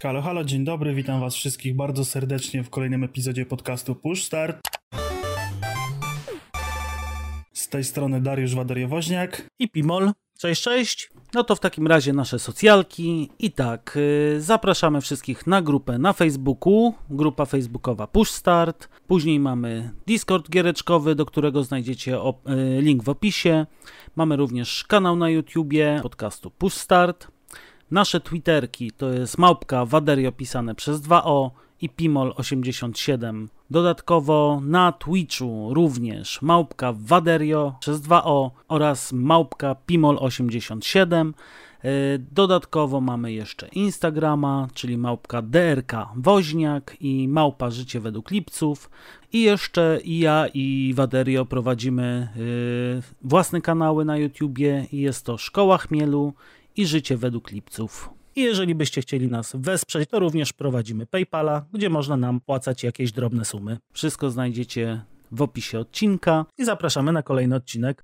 Halo, halo, dzień dobry, witam was wszystkich bardzo serdecznie w kolejnym epizodzie podcastu Push Start. Z tej strony Dariusz Wadariowoźniak i Pimol. Cześć, cześć. No to w takim razie nasze socjalki. I tak, zapraszamy wszystkich na grupę na Facebooku, grupa facebookowa Push Start. Później mamy Discord giereczkowy, do którego znajdziecie link w opisie. Mamy również kanał na YouTubie podcastu Push Start. Nasze Twitterki to jest @Waderio pisane przez 2O i Pimol87. Dodatkowo na Twitchu również @Waderio przez 2O oraz @Pimol87. Dodatkowo mamy jeszcze Instagrama, czyli @DRK Woźniak i @Życie według Lipców. I jeszcze i ja i Waderio prowadzimy własne kanały na YouTubie i jest to Szkoła Chmielu i Życie według Lipców. I jeżeli byście chcieli nas wesprzeć, to również prowadzimy PayPala, gdzie można nam płacać jakieś drobne sumy. Wszystko znajdziecie w opisie odcinka i zapraszamy na kolejny odcinek.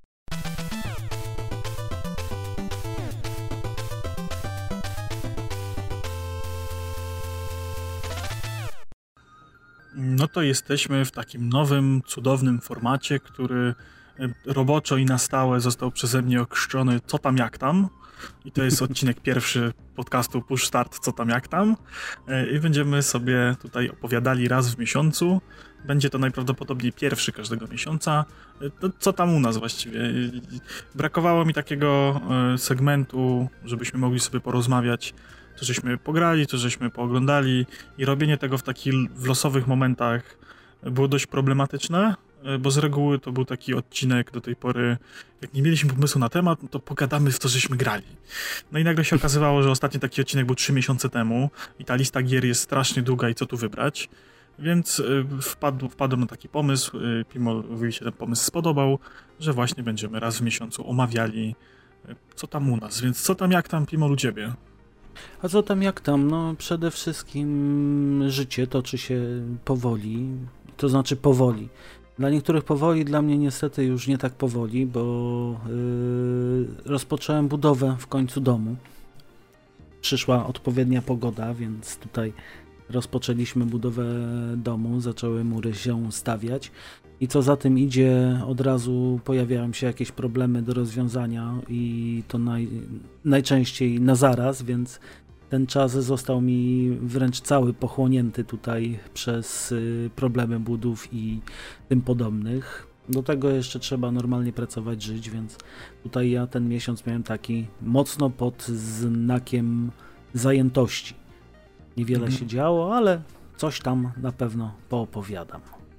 No to jesteśmy w takim nowym, cudownym formacie, który roboczo i na stałe został przeze mnie okrzczony Co tam jak tam. I to jest odcinek pierwszy podcastu Push Start Co tam jak tam. I będziemy sobie tutaj opowiadali raz w miesiącu. Będzie to najprawdopodobniej pierwszy każdego miesiąca. To co tam u nas właściwie? Brakowało mi takiego segmentu, żebyśmy mogli sobie porozmawiać, co żeśmy pograli, co żeśmy pooglądali. I robienie tego w losowych momentach było dość problematyczne, bo z reguły to był taki odcinek do tej pory, jak nie mieliśmy pomysłu na temat, to pogadamy w to, żeśmy grali. No i nagle się okazywało, że ostatni taki odcinek był 3 miesiące temu i ta lista gier jest strasznie długa i co tu wybrać. Więc wpadłem na taki pomysł, Pimolowi się ten pomysł spodobał, że właśnie będziemy raz w miesiącu omawiali co tam u nas. Więc co tam jak tam, Pimol, u ciebie? A co tam jak tam? No przede wszystkim życie toczy się powoli, to znaczy powoli. Dla niektórych powoli, dla mnie niestety już nie tak powoli, bo rozpocząłem budowę w końcu domu. Przyszła odpowiednia pogoda, więc tutaj rozpoczęliśmy budowę domu, zaczęły mury się stawiać i co za tym idzie, od razu pojawiają się jakieś problemy do rozwiązania i to najczęściej na zaraz, więc ten czas został mi wręcz cały pochłonięty tutaj przez problemy budów i tym podobnych. Do tego jeszcze trzeba normalnie pracować, żyć, więc tutaj ja ten miesiąc miałem taki mocno pod znakiem zajętości. Niewiele się działo, ale coś tam na pewno poopowiadam.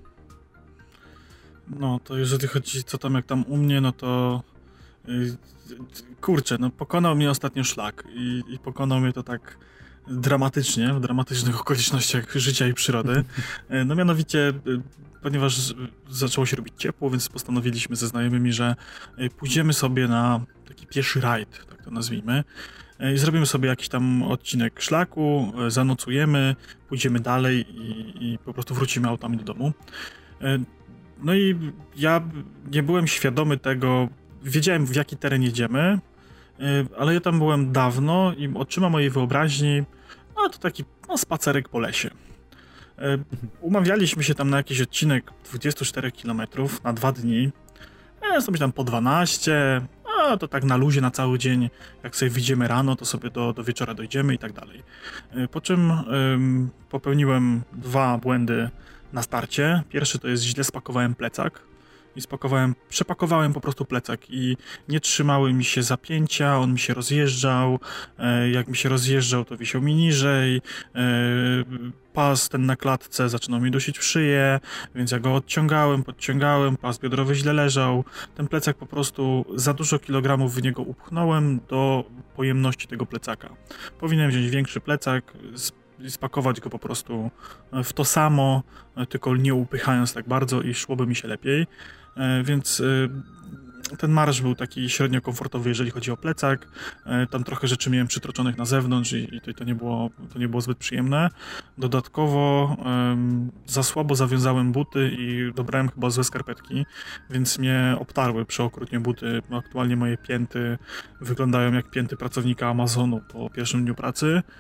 No to jeżeli chodzi co tam jak tam u mnie, no to kurczę, no pokonał mnie ostatnio szlak i pokonał mnie to tak dramatycznie, w dramatycznych okolicznościach życia i przyrody. No mianowicie, ponieważ zaczęło się robić ciepło, więc postanowiliśmy ze znajomymi, że pójdziemy sobie na taki pieszy rajd, tak to nazwijmy. I zrobimy sobie jakiś tam odcinek szlaku, zanocujemy, pójdziemy dalej i po prostu wrócimy autami do domu. No i ja nie byłem świadomy tego, wiedziałem w jaki teren jedziemy, ale ja tam byłem dawno i oczyma mojej wyobraźni, no to taki spacerek po lesie. Umawialiśmy się tam na jakiś odcinek 24 km na 2 dni, sobie tam po 12, a to tak na luzie na cały dzień, jak sobie wyjdziemy rano, to sobie do wieczora dojdziemy i tak dalej. Po czym popełniłem 2 błędy na starcie. Pierwszy to jest, źle spakowałem plecak i przepakowałem po prostu plecak i nie trzymały mi się zapięcia, on mi się rozjeżdżał, jak mi się rozjeżdżał, to wisiał mi niżej, pas ten na klatce zaczynał mi dusić w szyję, więc ja go podciągałem, pas biodrowy źle leżał, ten plecak po prostu za dużo kilogramów w niego upchnąłem do pojemności tego plecaka. Powinienem wziąć większy plecak, spakować go po prostu w to samo, tylko nie upychając tak bardzo i szłoby mi się lepiej, więc ten marsz był taki średnio komfortowy, jeżeli chodzi o plecak. Tam trochę rzeczy miałem przytroczonych na zewnątrz i to nie było zbyt przyjemne. Dodatkowo za słabo zawiązałem buty i dobrałem chyba złe skarpetki, więc mnie obtarły przeokrutnie buty. Aktualnie moje pięty wyglądają jak pięty pracownika Amazonu po pierwszym dniu pracy.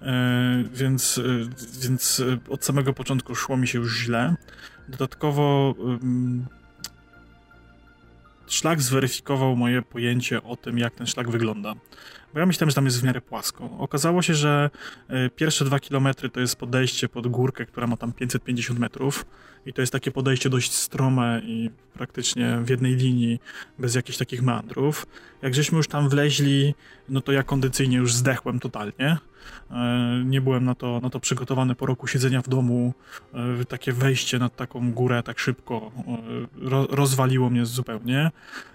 Więc od samego początku szło mi się już źle. Dodatkowo szlak zweryfikował moje pojęcie o tym, jak ten szlak wygląda. Bo ja myślałem, że tam jest w miarę płasko. Okazało się, że pierwsze 2 kilometry to jest podejście pod górkę, która ma tam 550 metrów i to jest takie podejście dość strome i praktycznie w jednej linii, bez jakichś takich meandrów. Jak żeśmy już tam wleźli, no to ja kondycyjnie już zdechłem totalnie. Nie byłem na to przygotowany po roku siedzenia w domu. Takie wejście na taką górę tak szybko rozwaliło mnie zupełnie.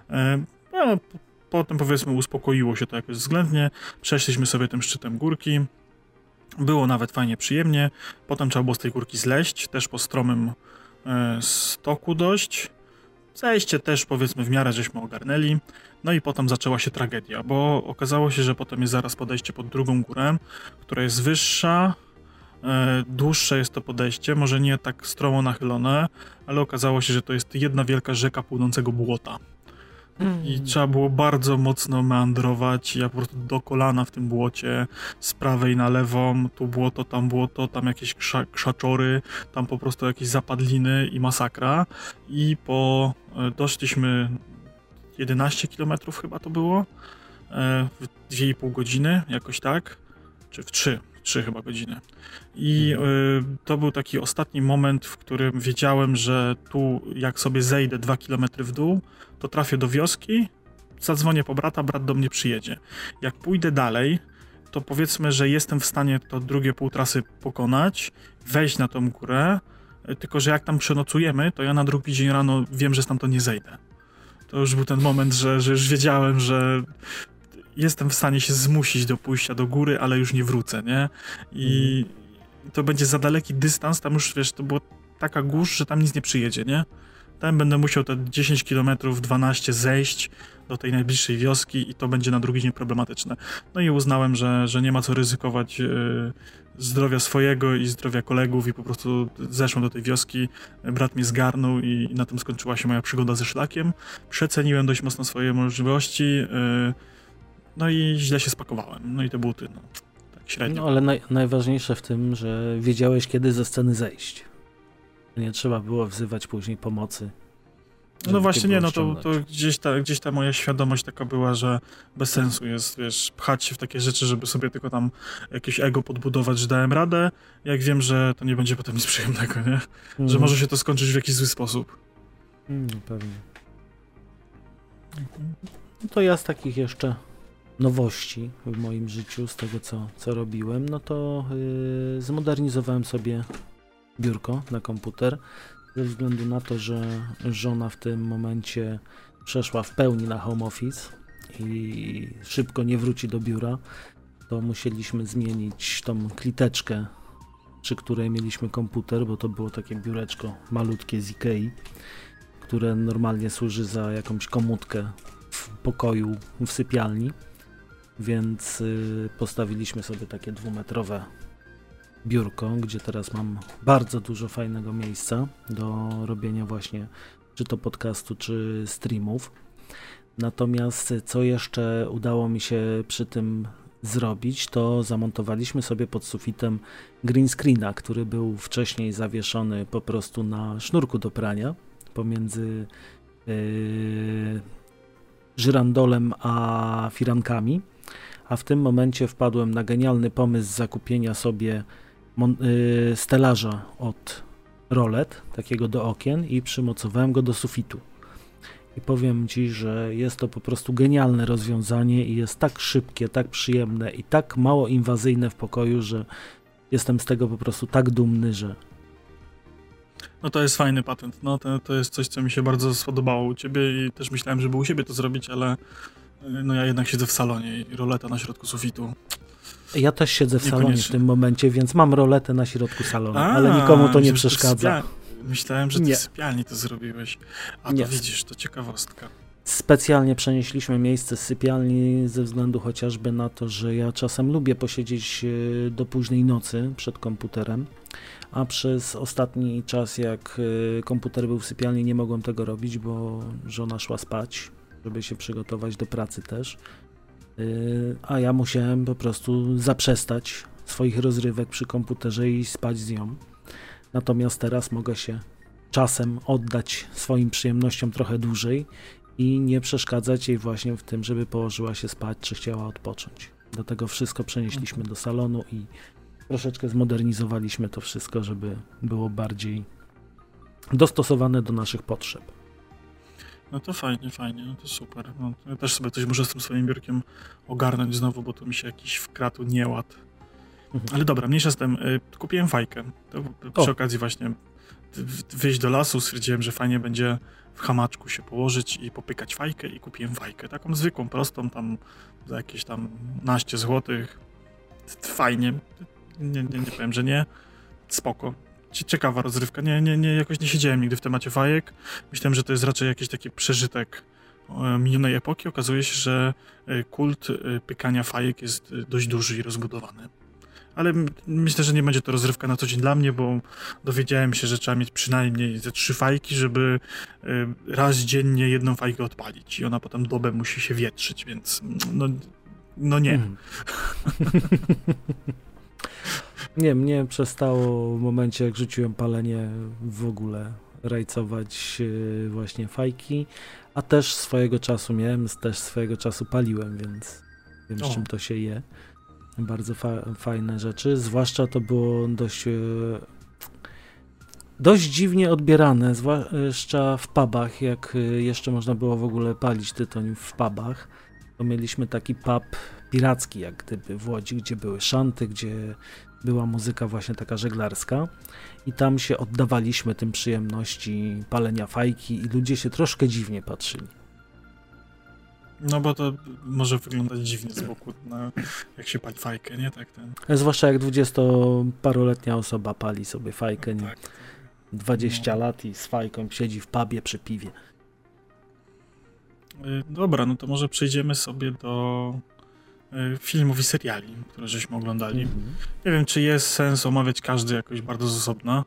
No, potem powiedzmy uspokoiło się to jakoś względnie. Przeszliśmy sobie tym szczytem górki. Było nawet fajnie, przyjemnie. Potem trzeba było z tej górki zleźć, też po stromym stoku dość. Zejście też powiedzmy w miarę żeśmy ogarnęli. No i potem zaczęła się tragedia, bo okazało się, że potem jest zaraz podejście pod drugą górę, która jest wyższa, dłuższe jest to podejście, może nie tak stromo nachylone, ale okazało się, że to jest jedna wielka rzeka płynącego błota. I trzeba było bardzo mocno meandrować, ja po prostu do kolana w tym błocie, z prawej na lewą, tu błoto, tam jakieś krzaczory, tam po prostu jakieś zapadliny i masakra. I doszliśmy 11 km chyba to było, w 2,5 godziny, jakoś tak, czy w 3 chyba godziny. I to był taki ostatni moment, w którym wiedziałem, że tu jak sobie zejdę 2 km w dół, to trafię do wioski, zadzwonię po brata, brat do mnie przyjedzie. Jak pójdę dalej, to powiedzmy, że jestem w stanie to drugie pół trasy pokonać, wejść na tą górę, tylko że jak tam przenocujemy, to ja na drugi dzień rano wiem, że stamtąd nie zejdę. To już był ten moment, że już wiedziałem, że jestem w stanie się zmusić do pójścia do góry, ale już nie wrócę, nie? I to będzie za daleki dystans, tam już, wiesz, to była taka górz, że tam nic nie przyjedzie, nie? Tam będę musiał te 10 km, 12 zejść do tej najbliższej wioski i to będzie na drugi dzień problematyczne. No i uznałem, że nie ma co ryzykować zdrowia swojego i zdrowia kolegów i po prostu zeszłem do tej wioski, brat mnie zgarnął i na tym skończyła się moja przygoda ze szlakiem. Przeceniłem dość mocno swoje możliwości, no i źle się spakowałem. No i te buty, no, tak średnio. No ale najważniejsze w tym, że wiedziałeś, kiedy ze sceny zejść. Nie trzeba było wzywać później pomocy. No właśnie nie, no to gdzieś ta moja świadomość taka była, że bez sensu jest, wiesz, pchać się w takie rzeczy, żeby sobie tylko tam jakieś ego podbudować, że dałem radę, jak wiem, że to nie będzie potem nic przyjemnego, nie? Że może się to skończyć w jakiś zły sposób. Pewnie. No to ja z takich jeszcze nowości w moim życiu, z tego co robiłem, no to zmodernizowałem sobie biurko na komputer, ze względu na to, że żona w tym momencie przeszła w pełni na home office i szybko nie wróci do biura, to musieliśmy zmienić tą kliteczkę, przy której mieliśmy komputer, bo to było takie biureczko malutkie z Ikei, które normalnie służy za jakąś komódkę w pokoju w sypialni, więc postawiliśmy sobie takie 2-metrowe biurko, gdzie teraz mam bardzo dużo fajnego miejsca do robienia właśnie czy to podcastu, czy streamów. Natomiast co jeszcze udało mi się przy tym zrobić, to zamontowaliśmy sobie pod sufitem green screena, który był wcześniej zawieszony po prostu na sznurku do prania pomiędzy żyrandolem a firankami, a w tym momencie wpadłem na genialny pomysł zakupienia sobie stelaża od rolet, takiego do okien, i przymocowałem go do sufitu. I powiem Ci, że jest to po prostu genialne rozwiązanie i jest tak szybkie, tak przyjemne i tak mało inwazyjne w pokoju, że jestem z tego po prostu tak dumny, że... No to jest fajny patent. No to jest coś, co mi się bardzo spodobało u Ciebie i też myślałem, żeby u siebie to zrobić, ale no ja jednak siedzę w salonie i roleta na środku sufitu. Ja też siedzę w salonie w tym momencie, więc mam roletę na środku salonu, ale nikomu to nie przeszkadza. Myślałem, że ty w sypialni to zrobiłeś. A to widzisz, to ciekawostka. Specjalnie przenieśliśmy miejsce z sypialni ze względu chociażby na to, że ja czasem lubię posiedzieć do późnej nocy przed komputerem, a przez ostatni czas, jak komputer był w sypialni, nie mogłem tego robić, bo żona szła spać, żeby się przygotować do pracy też. A ja musiałem po prostu zaprzestać swoich rozrywek przy komputerze i spać z nią. Natomiast teraz mogę się czasem oddać swoim przyjemnościom trochę dłużej i nie przeszkadzać jej właśnie w tym, żeby położyła się spać, czy chciała odpocząć. Do tego wszystko przenieśliśmy do salonu i troszeczkę zmodernizowaliśmy to wszystko, żeby było bardziej dostosowane do naszych potrzeb. No to fajnie, no to super. No, ja też sobie coś muszę z tym swoim biurkiem ogarnąć znowu, bo to mi się jakiś wkradł nieład. Ale dobra, mniejsza z tym. Kupiłem fajkę. To przy okazji właśnie wyjść do lasu, stwierdziłem, że fajnie będzie w hamaczku się położyć i popykać fajkę i kupiłem fajkę. Taką zwykłą, prostą, tam za jakieś tam 12 złotych. Fajnie. Nie powiem, że nie. Spoko. Ciekawa rozrywka. Jakoś nie siedziałem nigdy w temacie fajek. Myślałem, że to jest raczej jakiś taki przeżytek minionej epoki. Okazuje się, że kult pykania fajek jest dość duży i rozbudowany. Ale myślę, że nie będzie to rozrywka na co dzień dla mnie, bo dowiedziałem się, że trzeba mieć przynajmniej ze 3 fajki, żeby raz dziennie jedną fajkę odpalić i ona potem dobę musi się wietrzyć, więc no nie. Nie, mnie przestało w momencie, jak rzuciłem palenie, w ogóle rajcować właśnie fajki, a też swojego czasu paliłem, więc wiem, z czym to się je. Bardzo fajne rzeczy, zwłaszcza to było dość dziwnie odbierane, zwłaszcza w pubach, jak jeszcze można było w ogóle palić tytoń w pubach, to mieliśmy taki pub piracki, jak gdyby w Łodzi, gdzie były szanty, gdzie była muzyka właśnie taka żeglarska i tam się oddawaliśmy tym przyjemności palenia fajki i ludzie się troszkę dziwnie patrzyli. No bo to może wyglądać dziwnie z boku, jak się pali fajkę, nie? Tak ten. Zwłaszcza jak 20-paroletnia osoba pali sobie fajkę, nie? Tak. 20 lat i z fajką siedzi w pubie przy piwie. Dobra, no to może przejdziemy sobie do filmów i seriali, które żeśmy oglądali. Nie wiem, czy jest sens omawiać każdy jakoś bardzo z osobna.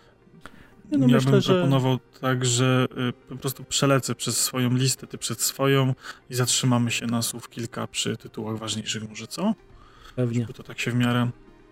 Ja bym proponował tak, że po prostu przelecę przez swoją listę, ty przed swoją i zatrzymamy się na słów kilka przy tytułach ważniejszych może, co? Pewnie. Żeby to tak się w miarę...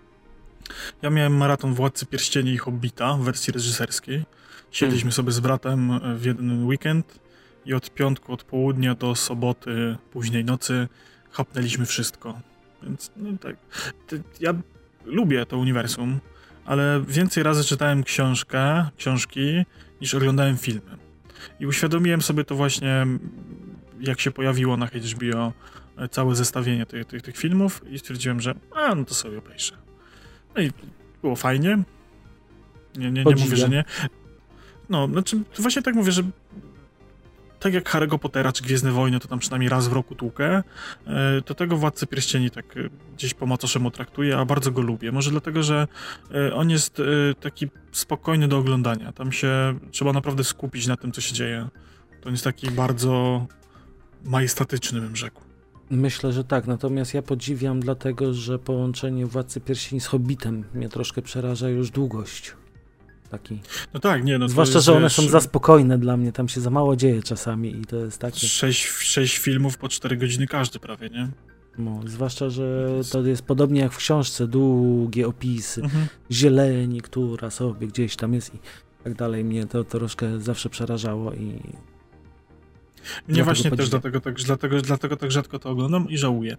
Ja miałem maraton Władcy Pierścieni i Hobbita w wersji reżyserskiej. Siedliśmy sobie z bratem w jeden weekend i od piątku, od południa do soboty, późnej nocy chapnęliśmy wszystko. Więc no tak, ja lubię to uniwersum, ale więcej razy czytałem książki, niż oglądałem filmy. I uświadomiłem sobie to właśnie, jak się pojawiło na HBO całe zestawienie tych filmów i stwierdziłem, że no to sobie obejrzę. No i było fajnie. Nie mówię, że nie. No, znaczy właśnie tak mówię, że tak jak Harry'ego Pottera czy Gwiezdne Wojny, to tam przynajmniej raz w roku tłukę, to tego Władcę Pierścieni tak gdzieś po macoszemu traktuję, a bardzo go lubię. Może dlatego, że on jest taki spokojny do oglądania. Tam się trzeba naprawdę skupić na tym, co się dzieje. To jest taki bardzo majestatyczny, bym rzekł. Myślę, że tak, natomiast ja podziwiam dlatego, że połączenie Władcy Pierścieni z Hobbitem mnie troszkę przeraża już długość. Taki. No tak, nie, no zwłaszcza, że one są za spokojne dla mnie, tam się za mało dzieje czasami i to jest takie... 6 filmów po 4 godziny każdy prawie, nie? No, zwłaszcza, że to jest podobnie jak w książce, długie opisy, zieleni, która sobie gdzieś tam jest i tak dalej. Mnie to troszkę zawsze przerażało i... Mnie właśnie też dlatego tak rzadko to oglądam i żałuję.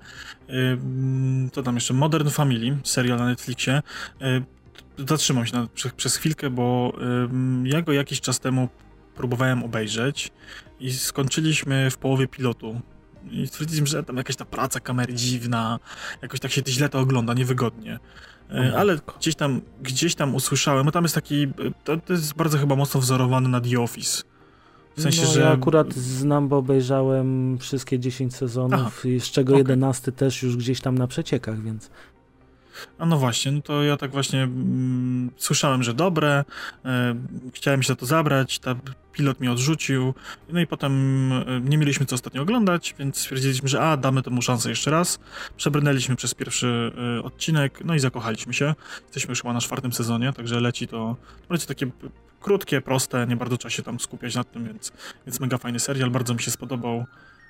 To tam jeszcze Modern Family, serial na Netflixie. Zatrzymam się przez chwilkę, bo ja go jakiś czas temu próbowałem obejrzeć i skończyliśmy w połowie pilotu. I stwierdziliśmy, że tam jakaś ta praca kamery dziwna, jakoś tak się źle to ogląda, niewygodnie. Ale gdzieś tam usłyszałem, bo tam jest taki, to jest bardzo chyba mocno wzorowany na The Office. W sensie, że... Ja akurat znam, bo obejrzałem wszystkie 10 sezonów, z czego 11 też już gdzieś tam na przeciekach, więc... A no właśnie, no to ja tak właśnie słyszałem, że dobre, chciałem się za to zabrać, pilot mnie odrzucił, no i potem nie mieliśmy co ostatnio oglądać, więc stwierdziliśmy, że damy temu szansę jeszcze raz. Przebrnęliśmy przez pierwszy odcinek, no i zakochaliśmy się. Jesteśmy już chyba na 4. sezonie, także leci takie krótkie, proste, nie bardzo trzeba się tam skupiać nad tym, więc mega fajny serial, bardzo mi się spodobał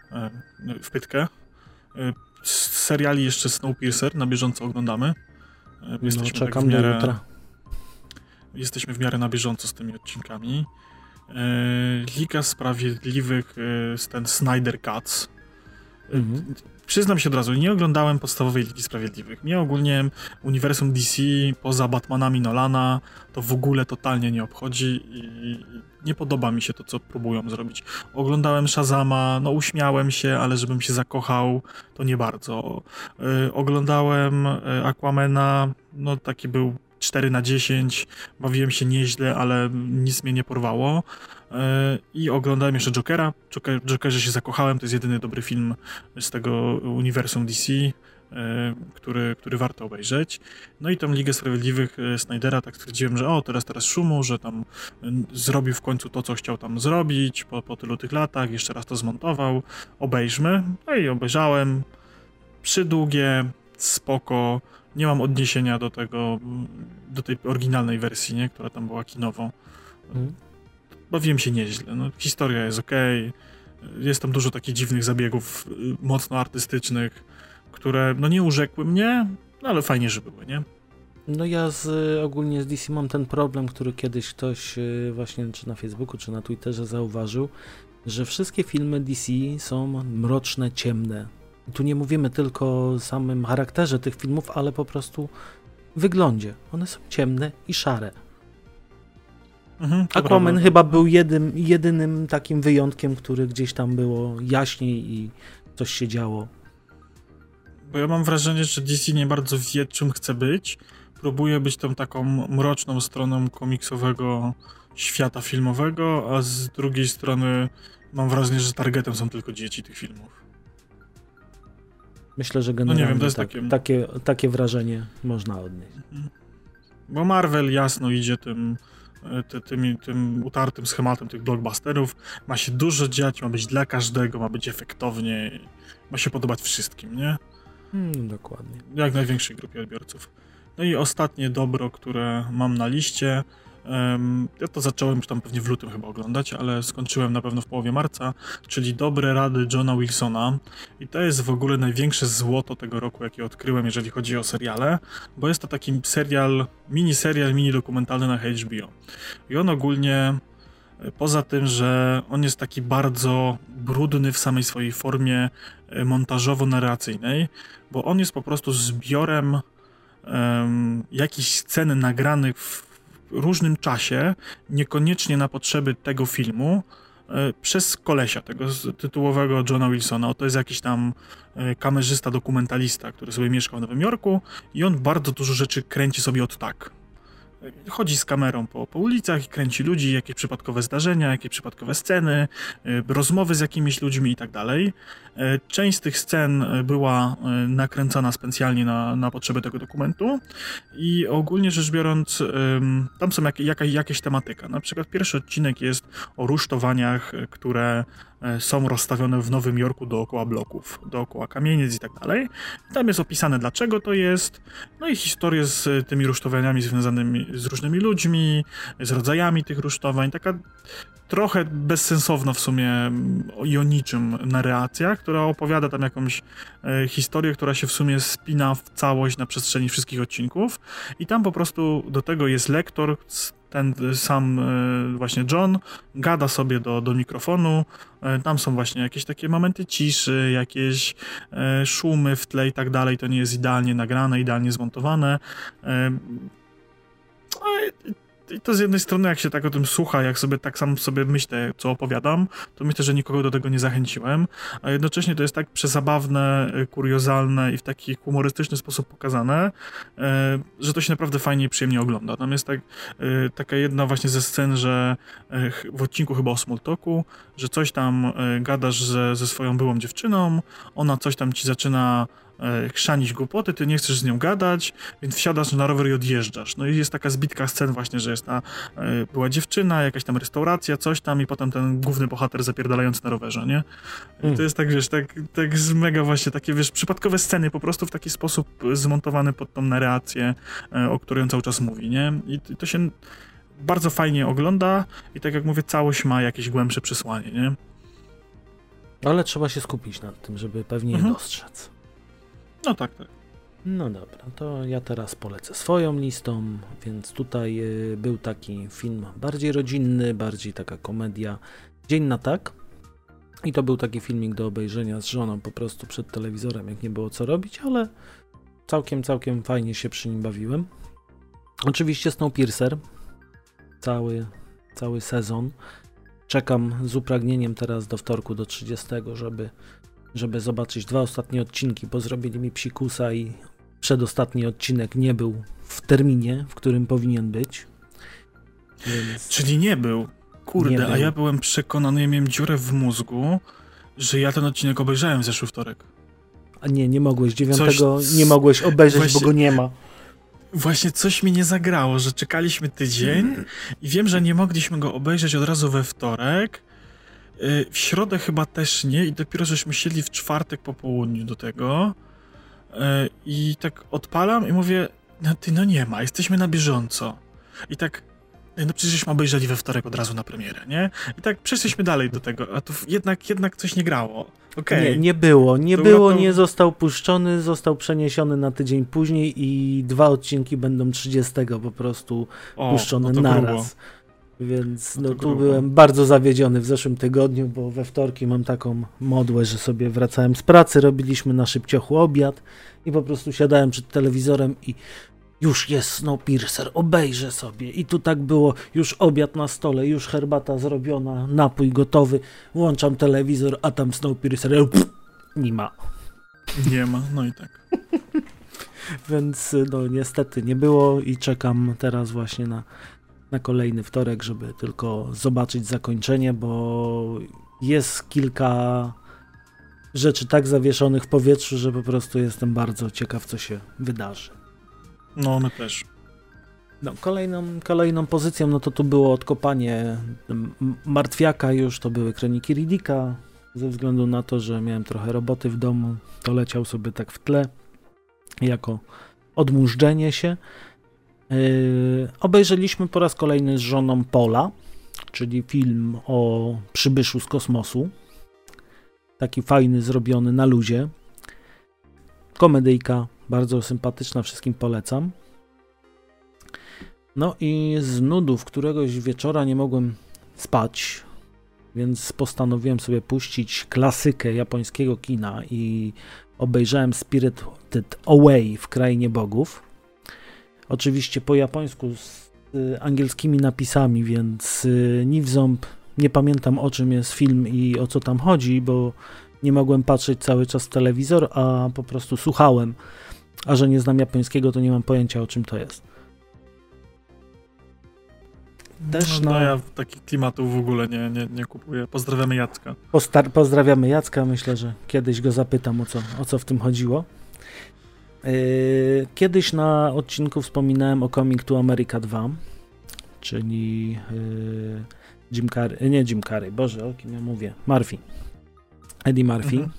w pytkę. Z seriali jeszcze Snowpiercer na bieżąco oglądamy. Jesteśmy czekam tak w miarę, do jutra. Jesteśmy w miarę na bieżąco z tymi odcinkami. Liga Sprawiedliwych, ten Snyder Cuts. Przyznam się od razu, nie oglądałem podstawowej Ligi Sprawiedliwych. Mnie ogólnie uniwersum DC poza Batmanami Nolana to w ogóle totalnie nie obchodzi i nie podoba mi się to, co próbują zrobić. Oglądałem Shazama, no uśmiałem się, ale żebym się zakochał, to nie bardzo. Oglądałem Aquamana, no taki był 4/10, bawiłem się nieźle, ale nic mnie nie porwało. I oglądałem jeszcze Jokera. Jokerze się zakochałem, to jest jedyny dobry film z tego uniwersum DC, który warto obejrzeć. No i tą Ligę Sprawiedliwych Snydera, tak stwierdziłem, że teraz szumu, że tam zrobił w końcu to, co chciał tam zrobić po tylu tych latach, jeszcze raz to zmontował. Obejrzmy. No i obejrzałem. Przydługie, spoko. Nie mam odniesienia do tej oryginalnej wersji, nie? Która tam była kinowo. Bawiłem się nieźle. No, historia jest okej. Jest tam dużo takich dziwnych zabiegów mocno artystycznych, które no nie urzekły mnie, no ale fajnie, że były, nie? No ja ogólnie z DC mam ten problem, który kiedyś ktoś właśnie czy na Facebooku, czy na Twitterze zauważył, że wszystkie filmy DC są mroczne, ciemne. I tu nie mówimy tylko o samym charakterze tych filmów, ale po prostu wyglądzie. One są ciemne i szare. Aquaman chyba był jedynym takim wyjątkiem, który gdzieś tam było jaśniej i coś się działo. Bo ja mam wrażenie, że DC nie bardzo wie, czym chce być. Próbuje być tą taką mroczną stroną komiksowego świata filmowego, a z drugiej strony mam wrażenie, że targetem są tylko dzieci tych filmów. Myślę, że generalnie no nie wiem, to jest takie wrażenie można odnieść. Bo Marvel jasno idzie tym utartym schematem tych blockbusterów. Ma się dużo dziać, ma być dla każdego, ma być efektownie, ma się podobać wszystkim, nie? Dokładnie. Jak największej grupie odbiorców. No i ostatnie dobro, które mam na liście, ja to zacząłem już tam pewnie w lutym chyba oglądać, ale skończyłem na pewno w połowie marca, czyli Dobre rady Johna Wilsona. I to jest w ogóle największe złoto tego roku, jakie odkryłem, jeżeli chodzi o seriale, bo jest to taki mini dokumentalny na HBO. I on ogólnie, poza tym, że on jest taki bardzo brudny w samej swojej formie montażowo-narracyjnej, bo on jest po prostu zbiorem jakichś scen nagranych w różnym czasie, niekoniecznie na potrzeby tego filmu, przez kolesia, tego tytułowego Johna Wilsona. To jest jakiś tam kamerzysta, dokumentalista, który sobie mieszkał w Nowym Jorku i on bardzo dużo rzeczy kręci sobie od tak. Chodzi z kamerą po ulicach i kręci ludzi, jakieś przypadkowe zdarzenia, jakieś przypadkowe sceny, rozmowy z jakimiś ludźmi i tak dalej. Część z tych scen była nakręcana specjalnie na potrzeby tego dokumentu i ogólnie rzecz biorąc tam są jakaś tematyka. Na przykład pierwszy odcinek jest o rusztowaniach, które są rozstawione w Nowym Jorku dookoła bloków, dookoła kamienic i tak dalej. Tam jest opisane, dlaczego to jest, no i historie z tymi rusztowaniami związanymi z różnymi ludźmi, z rodzajami tych rusztowań, taka trochę bezsensowna w sumie i o niczym narracja, która opowiada tam jakąś historię, która się w sumie spina w całość na przestrzeni wszystkich odcinków i tam po prostu do tego jest lektor, ten sam właśnie John, gada sobie do mikrofonu, tam są właśnie jakieś takie momenty ciszy, jakieś szumy w tle i tak dalej, to nie jest idealnie nagrane, idealnie zmontowane. I to z jednej strony, jak się tak o tym słucha, jak sobie tak sam sobie myślę, co opowiadam, to myślę, że nikogo do tego nie zachęciłem, a jednocześnie to jest tak przezabawne, kuriozalne i w taki humorystyczny sposób pokazane, że to się naprawdę fajnie i przyjemnie ogląda. Tam jest taka jedna właśnie ze scen, że w odcinku chyba o Smalltalku, że coś tam gadasz ze swoją byłą dziewczyną, ona coś tam ci zaczyna chrzanić głupoty, ty nie chcesz z nią gadać, więc wsiadasz na rower i odjeżdżasz. No i jest taka zbitka scen właśnie, że jest była dziewczyna, jakaś tam restauracja, coś tam i potem ten główny bohater zapierdalający na rowerze, nie? I to jest tak, wiesz, tak z mega właśnie takie, wiesz, przypadkowe sceny po prostu w taki sposób zmontowane pod tą narrację, o której on cały czas mówi, nie? I to się bardzo fajnie ogląda i tak jak mówię, całość ma jakieś głębsze przesłanie, nie? Ale trzeba się skupić nad tym, żeby pewnie je dostrzec. No tak. No dobra, to ja teraz polecę swoją listą, więc tutaj był taki film bardziej rodzinny, bardziej taka komedia, Dzień na tak. I to był taki filmik do obejrzenia z żoną po prostu przed telewizorem, jak nie było co robić, ale całkiem fajnie się przy nim bawiłem. Oczywiście Snowpiercer, cały sezon. Czekam z upragnieniem teraz do wtorku, do 30, żeby zobaczyć 2 ostatnie odcinki, bo zrobili mi psikusa i przedostatni odcinek nie był w terminie, w którym powinien być. Więc... Czyli nie był. Kurde, nie był. A ja byłem przekonany, ja miałem dziurę w mózgu, że ja ten odcinek obejrzałem w zeszły wtorek. A nie mogłeś, 9 nie mogłeś obejrzeć, właśnie, bo go nie ma. Właśnie coś mi nie zagrało, że czekaliśmy tydzień i wiem, że nie mogliśmy go obejrzeć od razu we wtorek. W środę chyba też nie i dopiero żeśmy siedli w czwartek po południu do tego. I tak odpalam i mówię, no nie ma, jesteśmy na bieżąco. I tak, no przecieżśmy obejrzeli we wtorek od razu na premierę, nie? I tak przeszliśmy dalej do tego, a tu jednak coś nie grało. Okay. Nie było, nie został puszczony, został przeniesiony na tydzień później i 2 odcinki będą 30 po prostu puszczone naraz. Więc tu byłem bardzo zawiedziony w zeszłym tygodniu, bo we wtorki mam taką modłę, że sobie wracałem z pracy, robiliśmy na szybciochu obiad i po prostu siadałem przed telewizorem i już jest Snowpiercer, obejrzę sobie. I tu tak było, już obiad na stole, już herbata zrobiona, napój gotowy, włączam telewizor, a tam Snowpiercer, nie ma. Nie ma, no i tak. Więc no niestety nie było i czekam teraz właśnie na kolejny wtorek, żeby tylko zobaczyć zakończenie, bo jest kilka rzeczy tak zawieszonych w powietrzu, że po prostu jestem bardzo ciekaw, co się wydarzy. No, my też. No, kolejną pozycją, no to tu było odkopanie martwiaka już, to były Kroniki Riddicka, ze względu na to, że miałem trochę roboty w domu, to leciał sobie tak w tle, jako odmurzdzenie się. Obejrzeliśmy po raz kolejny z żoną Pola, czyli film o przybyszu z kosmosu, taki fajny, zrobiony na luzie, komedyjka, bardzo sympatyczna, wszystkim polecam. No i z nudów któregoś wieczora nie mogłem spać, więc postanowiłem sobie puścić klasykę japońskiego kina i obejrzałem Spirited Away w Krainie Bogów. Oczywiście po japońsku z angielskimi napisami, więc ni w ząb nie pamiętam, o czym jest film i o co tam chodzi, bo nie mogłem patrzeć cały czas w telewizor, a po prostu słuchałem. A że nie znam japońskiego, to nie mam pojęcia, o czym to jest. Też no ja takich klimatów w ogóle nie kupuję. Pozdrawiamy Jacka. Pozdrawiamy Jacka. Myślę, że kiedyś go zapytam, o co w tym chodziło. Kiedyś na odcinku wspominałem o Coming to America 2, czyli Jim Carrey, Boże, o kim ja mówię? Eddie Murphy.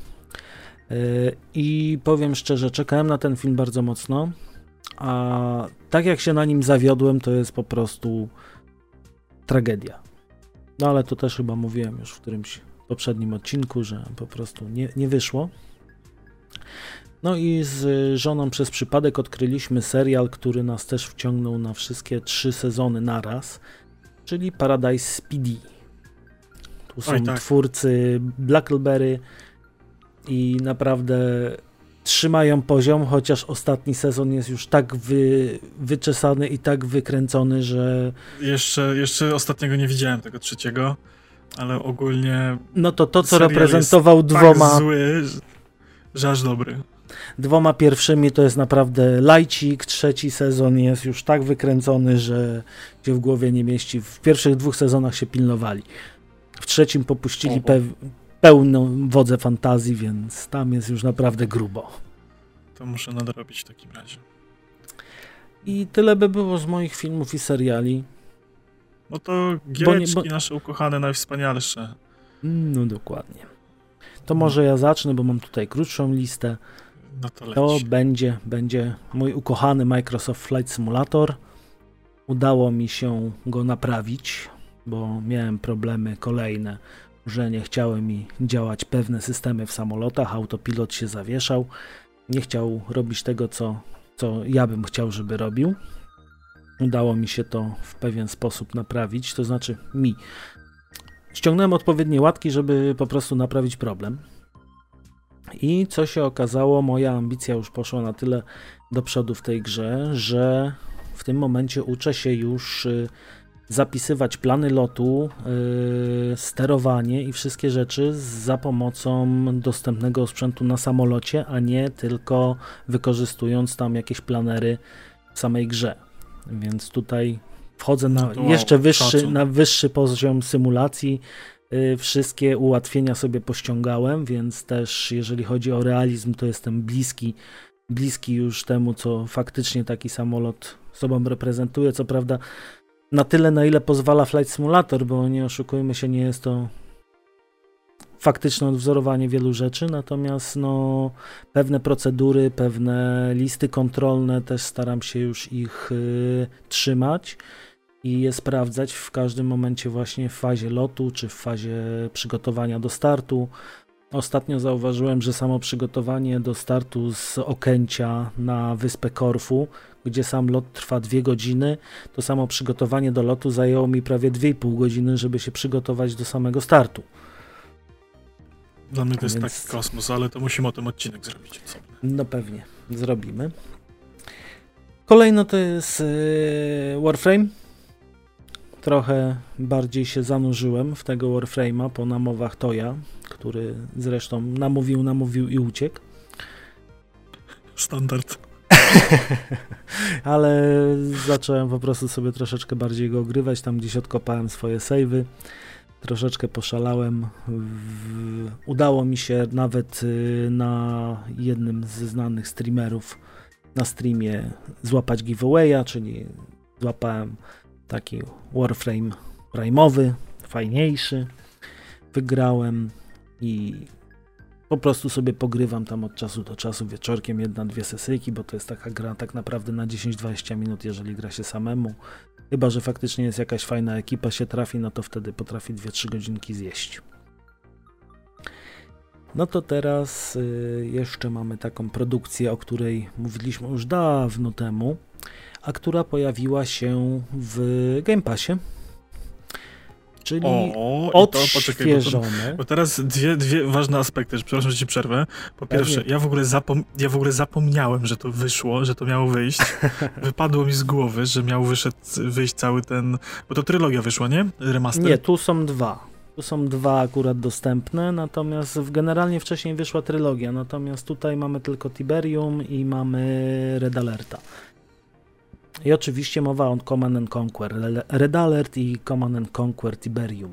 I powiem szczerze, czekałem na ten film bardzo mocno, a tak jak się na nim zawiodłem, to jest po prostu tragedia. No ale to też chyba mówiłem już w którymś poprzednim odcinku, że po prostu nie wyszło. No i z żoną przez przypadek odkryliśmy serial, który nas też wciągnął na wszystkie 3 sezony naraz, czyli Paradise PD. Tu są twórcy Blackberry i naprawdę trzymają poziom, chociaż ostatni sezon jest już tak wyczesany i tak wykręcony, że... Jeszcze ostatniego nie widziałem, tego 3, ale ogólnie... No to co reprezentował tak zły, że aż dobry. 2 pierwszymi to jest naprawdę lajcik, 3 sezon jest już tak wykręcony, że się w głowie nie mieści. W pierwszych 2 sezonach się pilnowali. W 3 popuścili pełną wodzę fantazji, więc tam jest już naprawdę grubo. To muszę nadrobić w takim razie. I tyle by było z moich filmów i seriali. No to giereczki nasze ukochane, najwspanialsze. No dokładnie. To może ja zacznę, bo mam tutaj krótszą listę. No to leci. To będzie mój ukochany Microsoft Flight Simulator. Udało mi się go naprawić, bo miałem problemy kolejne, że nie chciały mi działać pewne systemy w samolotach, autopilot się zawieszał nie chciał robić tego, co ja bym chciał, żeby robił. Udało mi się to w pewien sposób naprawić, to znaczy mi. Ściągnąłem odpowiednie łatki, żeby po prostu naprawić problem. I co się okazało, moja ambicja już poszła na tyle do przodu w tej grze, że w tym momencie uczę się już zapisywać plany lotu, sterowanie i wszystkie rzeczy za pomocą dostępnego sprzętu na samolocie, a nie tylko wykorzystując tam jakieś planery w samej grze. Więc tutaj wchodzę na jeszcze wyższy poziom symulacji. Wszystkie ułatwienia sobie pościągałem, więc też jeżeli chodzi o realizm, to jestem bliski już temu, co faktycznie taki samolot sobą reprezentuje. Co prawda na tyle, na ile pozwala Flight Simulator, bo nie oszukujmy się, nie jest to faktyczne odwzorowanie wielu rzeczy, natomiast no, pewne procedury, pewne listy kontrolne też staram się już ich trzymać i je sprawdzać w każdym momencie właśnie w fazie lotu, czy w fazie przygotowania do startu. Ostatnio zauważyłem, że samo przygotowanie do startu z Okęcia na wyspę Korfu, gdzie sam lot trwa 2 godziny, to samo przygotowanie do lotu zajęło mi prawie 2,5 godziny, żeby się przygotować do samego startu. Dla mnie to jest taki kosmos, ale to musimy o tym odcinek zrobić. No pewnie, zrobimy. Kolejno to jest Warframe. Trochę bardziej się zanurzyłem w tego Warframe'a po namowach Toya, który zresztą namówił i uciekł. Standard. Ale zacząłem po prostu sobie troszeczkę bardziej go ogrywać, tam gdzieś odkopałem swoje save'y, troszeczkę poszalałem. Udało mi się nawet na jednym ze znanych streamerów na streamie złapać giveawaya, czyli złapałem taki Warframe prime'owy, fajniejszy. Wygrałem i po prostu sobie pogrywam tam od czasu do czasu wieczorkiem 1-2 sesyjki, bo to jest taka gra tak naprawdę na 10-20 minut, jeżeli gra się samemu. Chyba że faktycznie jest jakaś fajna ekipa, się trafi, no to wtedy potrafi 2-3 godzinki zjeść. No to teraz jeszcze mamy taką produkcję, o której mówiliśmy już dawno temu, a która pojawiła się w Game Passie, czyli odświeżone. Bo teraz dwie ważne aspekty, przepraszam, że ci przerwę. Po pierwsze, ja w ogóle zapomniałem, że to wyszło, że to miało wyjść. Wypadło mi z głowy, że miał wyjść cały ten... Bo to trylogia wyszła, nie? Remaster? Nie, tu są dwa. Tu są dwa akurat dostępne, natomiast generalnie wcześniej wyszła trylogia, natomiast tutaj mamy tylko Tiberium i mamy Red Alerta. I oczywiście mowa o Command & Conquer, Red Alert i Command & Conquer Tiberium.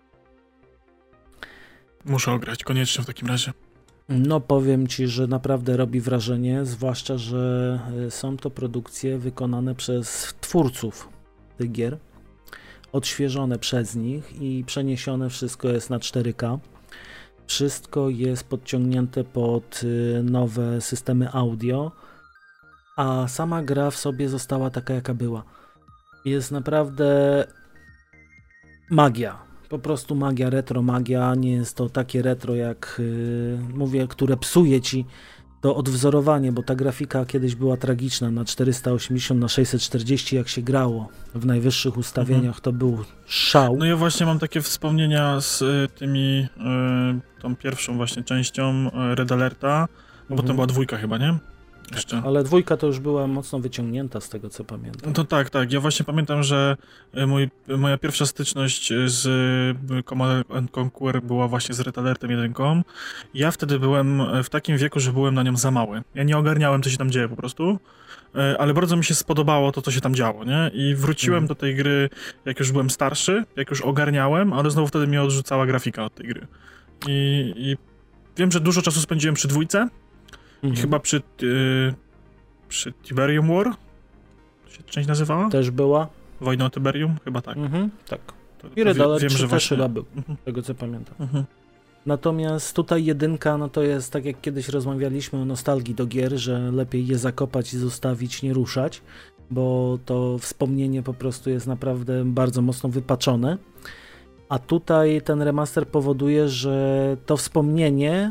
Muszę ograć, koniecznie w takim razie. No powiem ci, że naprawdę robi wrażenie, zwłaszcza, że są to produkcje wykonane przez twórców tych gier, odświeżone przez nich i przeniesione wszystko jest na 4K. Wszystko jest podciągnięte pod nowe systemy audio, a sama gra w sobie została taka, jaka była. Jest naprawdę magia. Po prostu magia, retro magia. Nie jest to takie retro, jak mówię, które psuje ci to odwzorowanie, bo ta grafika kiedyś była tragiczna na 480 na 640, jak się grało w najwyższych ustawieniach, to był szał. No ja właśnie mam takie wspomnienia z tymi, tą pierwszą właśnie częścią Red Alerta, bo potem była 2 chyba, nie? Jeszcze. Ale 2 to już była mocno wyciągnięta z tego, co pamiętam. No to tak. Ja właśnie pamiętam, że moja pierwsza styczność z Command & Conquer była właśnie z Red Alertem 1. Ja wtedy byłem w takim wieku, że byłem na nią za mały. Ja nie ogarniałem, co się tam dzieje po prostu, ale bardzo mi się spodobało to, co się tam działo, nie? I wróciłem do tej gry, jak już byłem starszy, jak już ogarniałem, ale znowu wtedy mnie odrzucała grafika od tej gry. I wiem, że dużo czasu spędziłem przy 2. I chyba przy Tiberium War się część nazywała? Też była. Wojna o Tiberium? Chyba tak. Tak. I Red Alert wiem, że też chyba był, z tego co pamiętam. Natomiast tutaj 1, no to jest tak jak kiedyś rozmawialiśmy o nostalgii do gier, że lepiej je zakopać i zostawić, nie ruszać, bo to wspomnienie po prostu jest naprawdę bardzo mocno wypaczone. A tutaj ten remaster powoduje, że to wspomnienie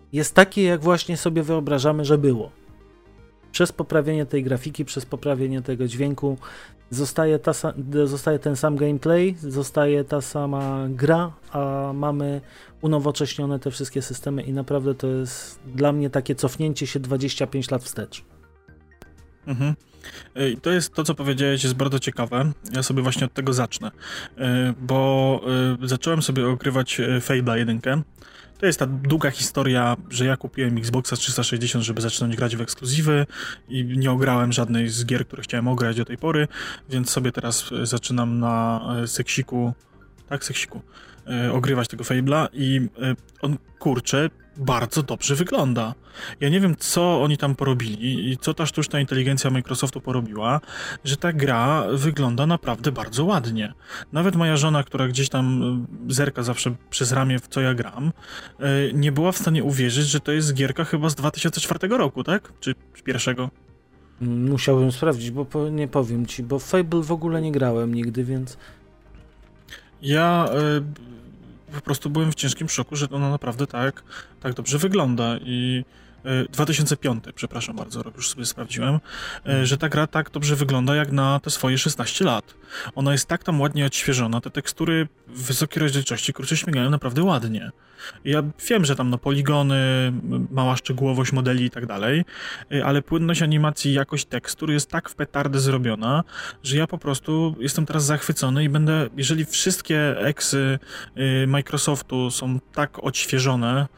jest takie, jak właśnie sobie wyobrażamy, że było. Przez poprawienie tej grafiki, przez poprawienie tego dźwięku zostaje ten sam gameplay, zostaje ta sama gra, a mamy unowocześnione te wszystkie systemy i naprawdę to jest dla mnie takie cofnięcie się 25 lat wstecz. Mhm. To jest to, co powiedziałeś, jest bardzo ciekawe. Ja sobie właśnie od tego zacznę, bo zacząłem sobie ogrywać Fable'a 1. To jest ta długa historia, że ja kupiłem Xboxa 360, żeby zacząć grać w ekskluzywy i nie ograłem żadnej z gier, które chciałem ograć do tej pory, więc sobie teraz zaczynam na seksiku, ogrywać tego Fable'a i on, kurczę, bardzo dobrze wygląda. Ja nie wiem, co oni tam porobili i co ta sztuczna inteligencja Microsoftu porobiła, że ta gra wygląda naprawdę bardzo ładnie. Nawet moja żona, która gdzieś tam zerka zawsze przez ramię, w co ja gram, nie była w stanie uwierzyć, że to jest gierka chyba z 2004 roku, tak? Czy pierwszego? Musiałbym sprawdzić, bo nie powiem ci, bo w Fable w ogóle nie grałem nigdy, więc... Ja po prostu byłem w ciężkim szoku, że ona naprawdę tak dobrze wygląda i 2005, przepraszam bardzo, rok już sobie sprawdziłem, że ta gra tak dobrze wygląda jak na te swoje 16 lat. Ona jest tak tam ładnie odświeżona, te tekstury w wysokiej rozdzielczości, kurczę, śmigają naprawdę ładnie. Ja wiem, że tam poligony, mała szczegółowość modeli i tak dalej, ale płynność animacji i jakość tekstur jest tak w petardę zrobiona, że ja po prostu jestem teraz zachwycony i będę, jeżeli wszystkie eksy Microsoftu są tak odświeżone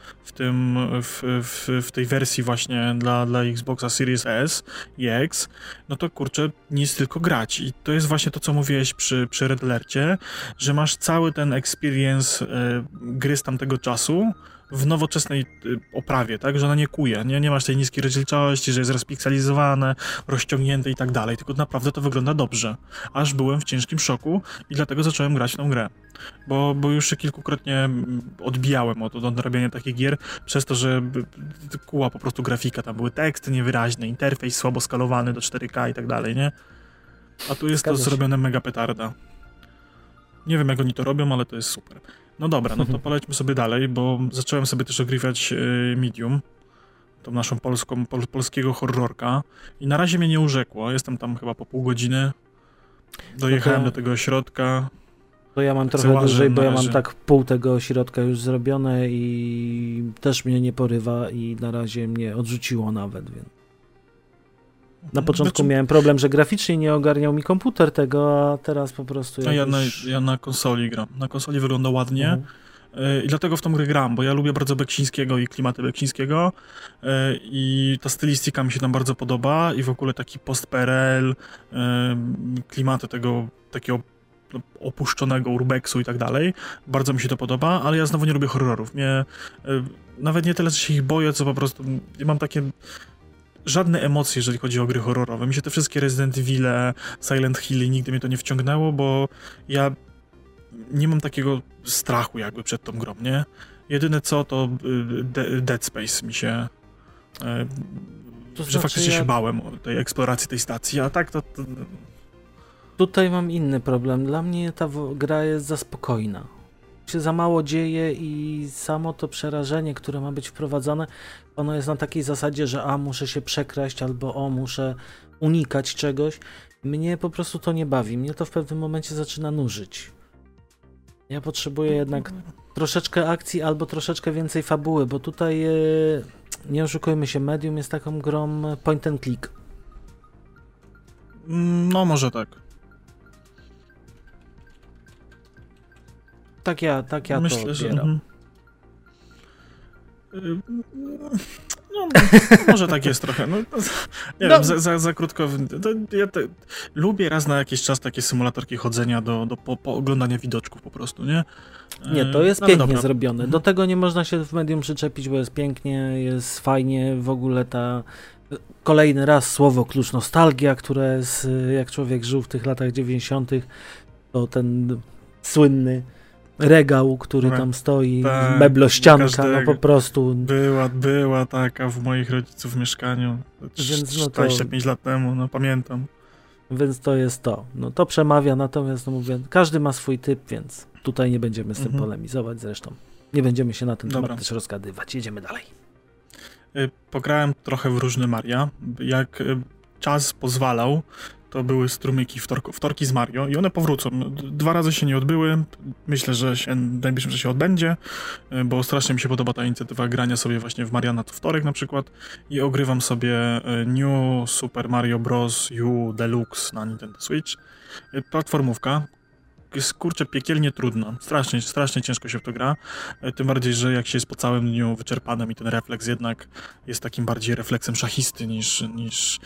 w tej wersji właśnie dla Xboxa Series S i X, no to kurczę, nic tylko grać. I to jest właśnie to, co mówiłeś przy Red Alercie, że masz cały ten experience gry z tamtego czasu w nowoczesnej oprawie, tak, że ona nie kuje, nie masz tej niskiej rozdzielczości, że jest rozpikselizowane, rozciągnięte i tak dalej, tylko naprawdę to wygląda dobrze. Aż byłem w ciężkim szoku i dlatego zacząłem grać w tą grę. Bo już się kilkukrotnie odbijałem od nadrabiania takich gier przez to, że kuła po prostu grafika, tam były teksty niewyraźne, interfejs słabo skalowany do 4K i tak dalej, nie? A tu jest to zrobione mega petarda. Nie wiem, jak oni to robią, ale to jest super. No dobra, no to polećmy sobie dalej, bo zacząłem sobie też ogrywać Medium, tą naszą polskiego horrorka i na razie mnie nie urzekło. Jestem tam chyba po pół godziny. Dojechałem do tego ośrodka. To ja mam trochę dłużej, bo ja mam tak pół tego ośrodka już zrobione i też mnie nie porywa i na razie mnie odrzuciło nawet, więc... Na początku miałem problem, że graficznie nie ogarniał mi komputer tego, a teraz po prostu... Ja na konsoli gram. Na konsoli wygląda ładnie i dlatego w tą grę gram, bo ja lubię bardzo Beksińskiego i klimaty Beksińskiego i ta stylistyka mi się tam bardzo podoba i w ogóle taki post-PRL, klimaty tego takiego opuszczonego urbexu i tak dalej. Bardzo mi się to podoba, ale ja znowu nie lubię horrorów. Nawet nie tyle, że się ich boję, co po prostu mam takie... Żadne emocje, jeżeli chodzi o gry horrorowe. Mi się te wszystkie Resident Evil, Silent Hill nigdy mnie to nie wciągnęło, bo ja nie mam takiego strachu jakby przed tą grą, nie? Jedyne co, to Dead Space mi się... że faktycznie się bałem o tej eksploracji tej stacji, a tak to... Tutaj mam inny problem. Dla mnie ta gra jest za spokojna. Się za mało dzieje i samo to przerażenie, które ma być wprowadzone, ono jest na takiej zasadzie, że muszę się przekraść albo muszę unikać czegoś. Mnie po prostu to nie bawi. Mnie to w pewnym momencie zaczyna nużyć. Ja potrzebuję jednak troszeczkę akcji albo troszeczkę więcej fabuły, bo tutaj nie oszukujmy się, Medium jest taką grą point and click. No może tak. Tak ja myślę, to odbieram. No, może tak jest trochę. No, nie wiem, za krótko. Lubię raz na jakiś czas takie symulatorki chodzenia po oglądania widoczków po prostu, nie? Nie, to jest pięknie zrobione. Do tego nie można się w Medium przyczepić, bo jest pięknie, jest fajnie. W ogóle kolejny raz słowo klucz nostalgia, które jest, jak człowiek żył w tych latach 90., to ten słynny regał, który tam stoi, meblościanka, no po prostu. Była taka w moich rodziców w mieszkaniu. Więc 25 lat temu, no pamiętam. Więc to jest to. No to przemawia, natomiast no mówię, każdy ma swój typ, więc tutaj nie będziemy z tym polemizować zresztą. Nie będziemy się na ten temat też rozgadywać. Jedziemy dalej. Pograłem trochę w różne Maria. Jak czas pozwalał, to były strumyki wtorki z Mario i one powrócą. 2 razy się nie odbyły. Myślę, że się w najbliższym czasie odbędzie, bo strasznie mi się podoba ta inicjatywa grania sobie właśnie w Mariana co wtorek na przykład i ogrywam sobie New Super Mario Bros. U Deluxe na Nintendo Switch. Platformówka. Jest, kurczę, piekielnie trudna. Strasznie ciężko się w to gra. Tym bardziej, że jak się jest po całym dniu wyczerpanym i ten refleks jednak jest takim bardziej refleksem szachisty niż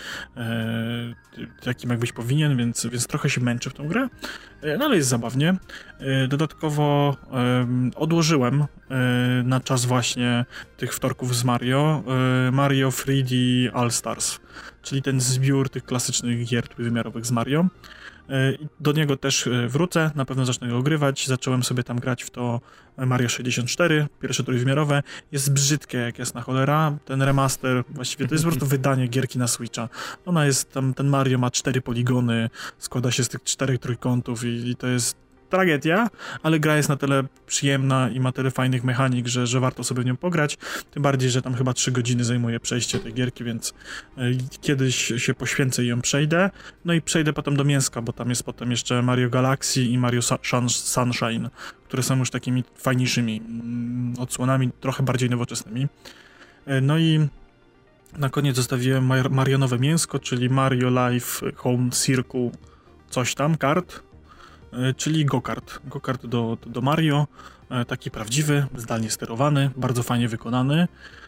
takim jakbyś powinien, więc trochę się męczy w tą grę. No ale jest zabawnie. Dodatkowo odłożyłem na czas właśnie tych wtorków z Mario 3D All Stars, czyli ten zbiór tych klasycznych gier trójwymiarowych z Mario. Do niego też wrócę, na pewno zacznę go ogrywać. Zacząłem sobie tam grać w to Mario 64, pierwsze trójwymiarowe. Jest brzydkie jak jasna cholera. Ten remaster, właściwie to jest po prostu wydanie gierki na Switcha. Ona jest tam, ten Mario ma 4 poligony, składa się z tych 4 trójkątów i to jest tragedia, ale gra jest na tyle przyjemna i ma tyle fajnych mechanik, że warto sobie w nią pograć. Tym bardziej, że tam chyba 3 godziny zajmuje przejście tej gierki, więc kiedyś się poświęcę i ją przejdę. No i przejdę potem do mięska, bo tam jest potem jeszcze Mario Galaxy i Mario Sunshine, które są już takimi fajniejszymi odsłonami, trochę bardziej nowoczesnymi. No i na koniec zostawiłem Marionowe mięsko, czyli Mario Life Home Circle coś tam, kart. Czyli go-kart. Go-kart do Mario, taki prawdziwy, zdalnie sterowany, bardzo fajnie wykonany,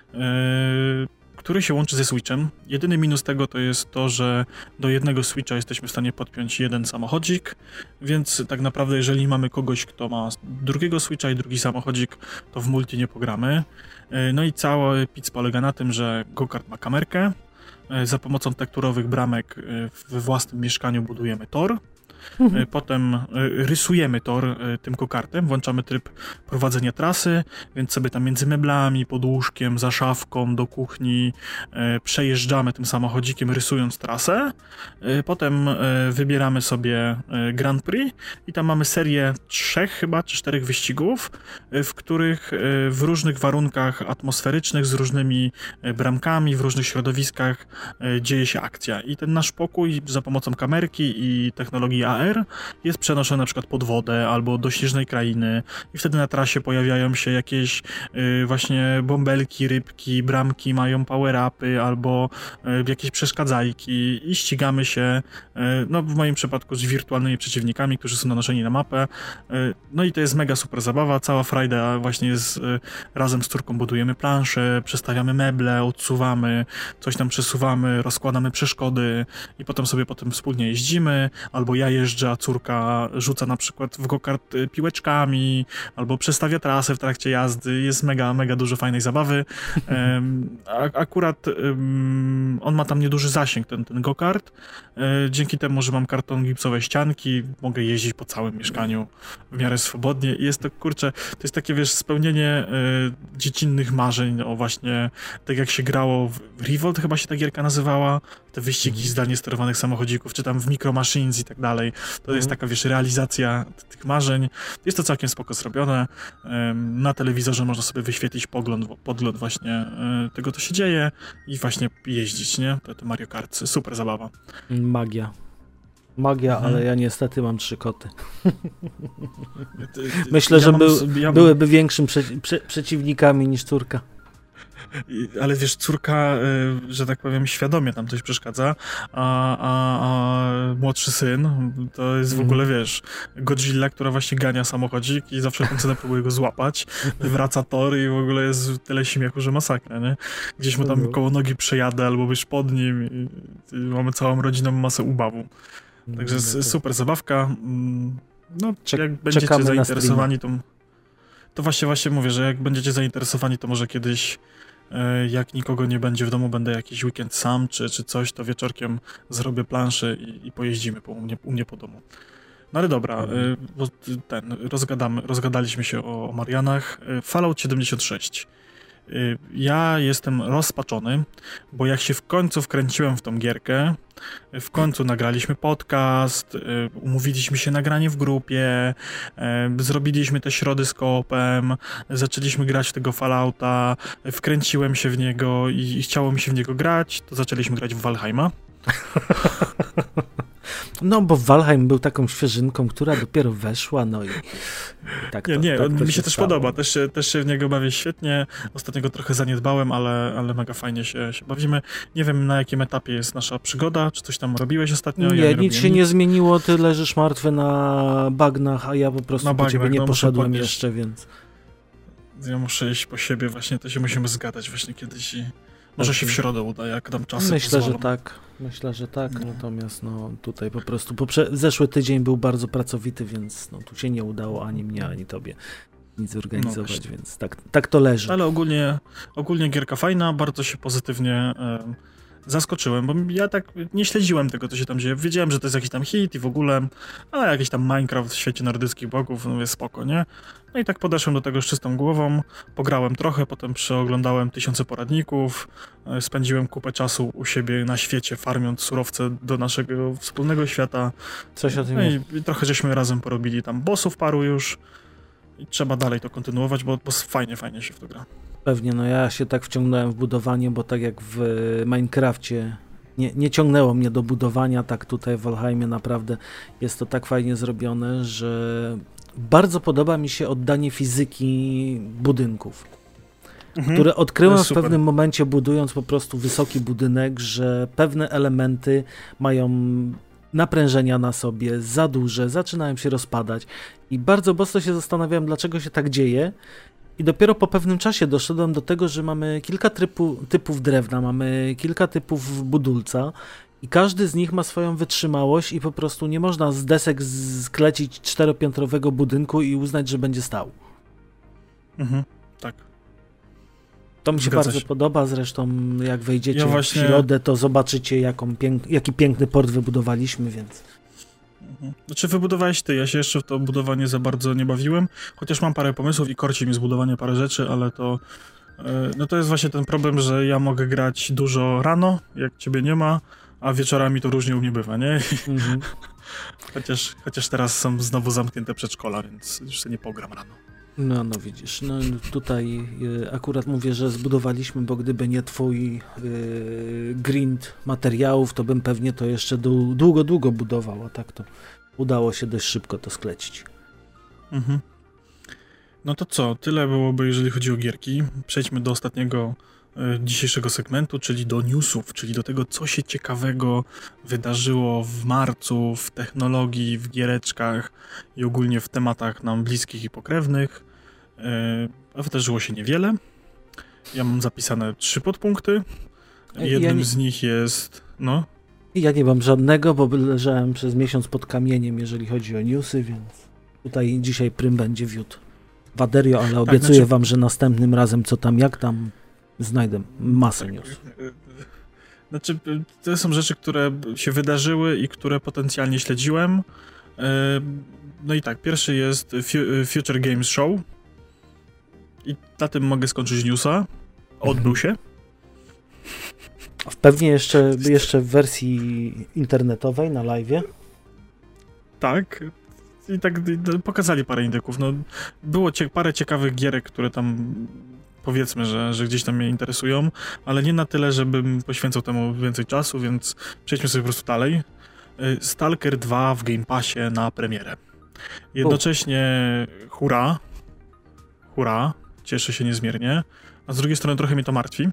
który się łączy ze Switchem. Jedyny minus tego to jest to, że do jednego Switcha jesteśmy w stanie podpiąć jeden samochodzik, więc tak naprawdę jeżeli mamy kogoś, kto ma drugiego Switcha i drugi samochodzik, to w multi nie pogramy. No i cały pic polega na tym, że go-kart ma kamerkę, za pomocą tekturowych bramek we własnym mieszkaniu budujemy tor. Potem rysujemy tor tym go-kartem, włączamy tryb prowadzenia trasy, więc sobie tam między meblami, pod łóżkiem, za szafką, do kuchni przejeżdżamy tym samochodzikiem, rysując trasę. Potem wybieramy sobie Grand Prix i tam mamy serię 3 chyba, czy 4 wyścigów, w których w różnych warunkach atmosferycznych, z różnymi bramkami, w różnych środowiskach dzieje się akcja. I ten nasz pokój za pomocą kamerki i technologii AR jest przenoszony na przykład pod wodę albo do śnieżnej krainy i wtedy na trasie pojawiają się jakieś właśnie bąbelki, rybki, bramki mają power-upy albo jakieś przeszkadzajki i ścigamy się, no w moim przypadku z wirtualnymi przeciwnikami, którzy są nanoszeni na mapę. No i to jest mega super zabawa, cała frajda właśnie jest, razem z córką budujemy plansze, przestawiamy meble, odsuwamy, coś tam przesuwamy, rozkładamy przeszkody i potem sobie wspólnie jeździmy, albo ja jeżdżę, a córka rzuca na przykład w go-kart piłeczkami, albo przestawia trasę w trakcie jazdy. Jest mega dużo fajnej zabawy. Akurat on ma tam nieduży zasięg, ten go-kart. Dzięki temu, że mam karton gipsowe ścianki, mogę jeździć po całym mieszkaniu w miarę swobodnie i jest to, kurczę, to jest takie, wiesz, spełnienie dziecinnych marzeń, o właśnie tak jak się grało w Revolt, chyba się ta gierka nazywała, te wyścigi zdalnie sterowanych samochodzików, czy tam w Micro Machines i tak dalej. To jest taka, wiesz, realizacja tych marzeń. Jest to całkiem spoko zrobione. Na telewizorze można sobie wyświetlić podgląd właśnie tego, co się dzieje i właśnie jeździć, nie? To Mario Kart, super zabawa. Magia, ale ja niestety mam 3 koty. Myślę, że byłyby większym przeciwnikami niż córka. Ale wiesz, córka, że tak powiem, świadomie tam coś przeszkadza, a młodszy syn to jest w ogóle, wiesz, Godzilla, która właśnie gania samochodzik i zawsze ten syn próbuje go złapać, wywraca tor i w ogóle jest tyle śmiechu, że masakra, nie? Gdzieś mu tam koło nogi przejadę albo byś pod nim i mamy całą rodziną masę ubawu. Także super zabawka. No, jak będziecie zainteresowani, to właśnie mówię, że jak będziecie zainteresowani, to może kiedyś, jak nikogo nie będzie w domu, będę jakiś weekend sam, czy coś, to wieczorkiem zrobię planszę i pojeździmy u mnie po domu. No ale dobra, bo rozgadaliśmy się o Marianach. Fallout 76. Ja jestem rozpaczony, bo jak się w końcu wkręciłem w tą gierkę, w końcu nagraliśmy podcast, umówiliśmy się nagranie w grupie, zrobiliśmy te środy z koopem, zaczęliśmy grać w tego Fallouta, wkręciłem się w niego i chciało mi się w niego grać, to zaczęliśmy grać w Valheima. No, bo Valheim był taką świeżynką, która dopiero weszła, no i tak to, Nie, tak to mi się też stało. podoba, też się w niego bawię świetnie, ostatnio go trochę zaniedbałem, ale mega fajnie się bawimy. Nie wiem, na jakim etapie jest nasza przygoda, czy coś tam robiłeś ostatnio? Nie, Ja nic się nie zmieniło, ty leżysz martwy na bagnach, a ja po prostu po ciebie nie poszedłem jeszcze, więc... Ja muszę iść po siebie właśnie, to się musimy zgadać właśnie kiedyś i może się w środę uda, jak tam czasy pozwolą. Myślę, że tak, natomiast no tutaj po prostu zeszły tydzień był bardzo pracowity, więc no tu się nie udało ani mnie, ani tobie nic zorganizować, więc tak to leży. Ale ogólnie gierka fajna, bardzo się pozytywnie zaskoczyłem, bo ja tak nie śledziłem tego, co się tam dzieje. Wiedziałem, że to jest jakiś tam hit i w ogóle, a jakiś tam Minecraft w świecie nordyckich bogów, no jest spoko, nie? No i tak podeszłem do tego z czystą głową, pograłem trochę, potem przeoglądałem 1000 poradników, spędziłem kupę czasu u siebie na świecie, farmiąc surowce do naszego wspólnego świata. Coś o tym i trochę żeśmy razem porobili tam bossów paru już i trzeba dalej to kontynuować, bo fajnie się w to gra. Pewnie, no ja się tak wciągnąłem w budowanie, bo tak jak w Minecrafcie nie ciągnęło mnie do budowania, tak tutaj w Valheimie naprawdę jest to tak fajnie zrobione, że bardzo podoba mi się oddanie fizyki budynków, które odkryłem w pewnym momencie, budując po prostu wysoki budynek, że pewne elementy mają naprężenia na sobie za duże, zaczynają się rozpadać i bardzo mocno się zastanawiałem, dlaczego się tak dzieje. I dopiero po pewnym czasie doszedłem do tego, że mamy kilka typów drewna, mamy kilka typów budulca i każdy z nich ma swoją wytrzymałość i po prostu nie można z desek sklecić 4-piętrowego budynku i uznać, że będzie stał. Tak. To mi się bardzo podoba, zresztą jak wejdziecie w środę, to zobaczycie jaki piękny port wybudowaliśmy, więc... Znaczy wybudowałeś ty, ja się jeszcze w to budowanie za bardzo nie bawiłem, chociaż mam parę pomysłów i korci mi zbudowanie parę rzeczy, ale to no to jest właśnie ten problem, że ja mogę grać dużo rano, jak ciebie nie ma, a wieczorami to różnie u mnie bywa, nie? Chociaż teraz są znowu zamknięte przedszkola, więc już sobie nie pogram rano. No widzisz, no tutaj akurat mówię, że zbudowaliśmy, bo gdyby nie twój grind materiałów, to bym pewnie to jeszcze długo budował, a tak to udało się dość szybko to sklecić. No to co, tyle byłoby, jeżeli chodzi o gierki. Przejdźmy do ostatniego dzisiejszego segmentu, czyli do newsów, czyli do tego, co się ciekawego wydarzyło w marcu w technologii, w giereczkach i ogólnie w tematach nam bliskich i pokrewnych. Wydarzyło się niewiele. Ja mam zapisane 3 podpunkty. Jednym z nich jest... No. Ja nie mam żadnego, bo leżałem przez miesiąc pod kamieniem, jeżeli chodzi o newsy, więc tutaj dzisiaj prym będzie wiódł Waderio, ale obiecuję wam, że następnym razem co tam, jak tam znajdę masę newsów. Znaczy, to są rzeczy, które się wydarzyły i które potencjalnie śledziłem. No i tak, pierwszy jest Future Games Show. I na tym mogę skończyć newsa. Odbył się. Pewnie jeszcze w wersji internetowej, na live'ie. Tak. I tak pokazali parę indyków. No, było parę ciekawych gierek, które tam powiedzmy, że gdzieś tam mnie interesują, ale nie na tyle, żebym poświęcał temu więcej czasu, więc przejdźmy sobie po prostu dalej. Stalker 2 w Game Passie na premierę. Jednocześnie hurra, cieszę się niezmiernie, a z drugiej strony trochę mnie to martwi,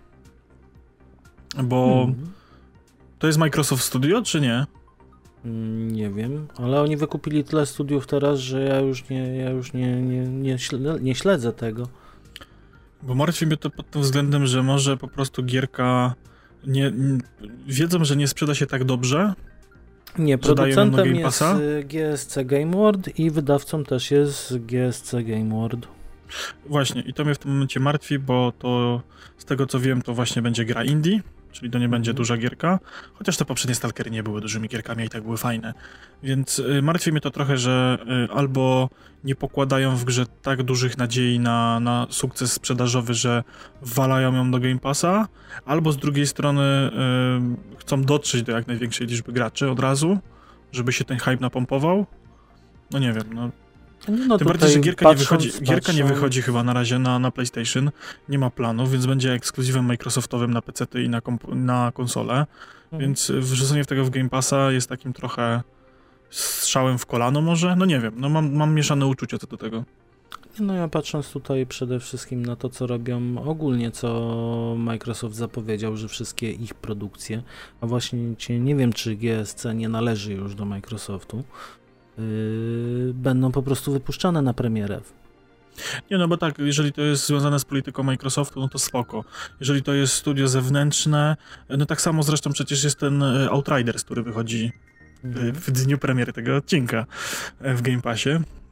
bo to jest Microsoft Studio, czy nie? Nie wiem, ale oni wykupili tyle studiów teraz, że ja już nie śledzę tego. Bo martwi mnie to pod tym względem, że może po prostu gierka wiedzą, że nie sprzeda się tak dobrze. Nie, producentem jest GSC Game World i wydawcą też jest GSC Game World. Właśnie, i to mnie w tym momencie martwi, bo to z tego co wiem, to właśnie będzie gra indie. czyli to nie będzie duża gierka, chociaż te poprzednie Stalkery nie były dużymi gierkami, a i tak były fajne. Więc martwi mnie to trochę, że albo nie pokładają w grze tak dużych nadziei na sukces sprzedażowy, że walają ją do Game Passa, albo z drugiej strony chcą dotrzeć do jak największej liczby graczy od razu, żeby się ten hype napompował. No nie wiem, no. No Tym bardziej, że gierka nie wychodzi chyba na razie na PlayStation, nie ma planów, więc będzie ekskluzywem Microsoftowym na PC-ty i na konsolę, więc wrzucenie tego w Game Passa jest takim trochę strzałem w kolano może? No nie wiem, no mam mieszane uczucia co do tego. No ja patrząc tutaj przede wszystkim na to, co robią ogólnie, co Microsoft zapowiedział, że wszystkie ich produkcje, a właśnie nie wiem, czy GSC nie należy już do Microsoftu, będą po prostu wypuszczane na premierę. Nie, no bo tak, jeżeli to jest związane z polityką Microsoftu, no to spoko. Jeżeli to jest studio zewnętrzne, no tak samo zresztą przecież jest ten Outriders, który wychodzi w dniu premiery tego odcinka w Game Passie.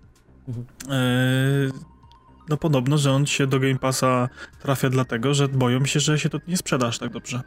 No podobno, że on się do Game Passa trafia dlatego, że boją się, że się to nie sprzedasz aż tak dobrze.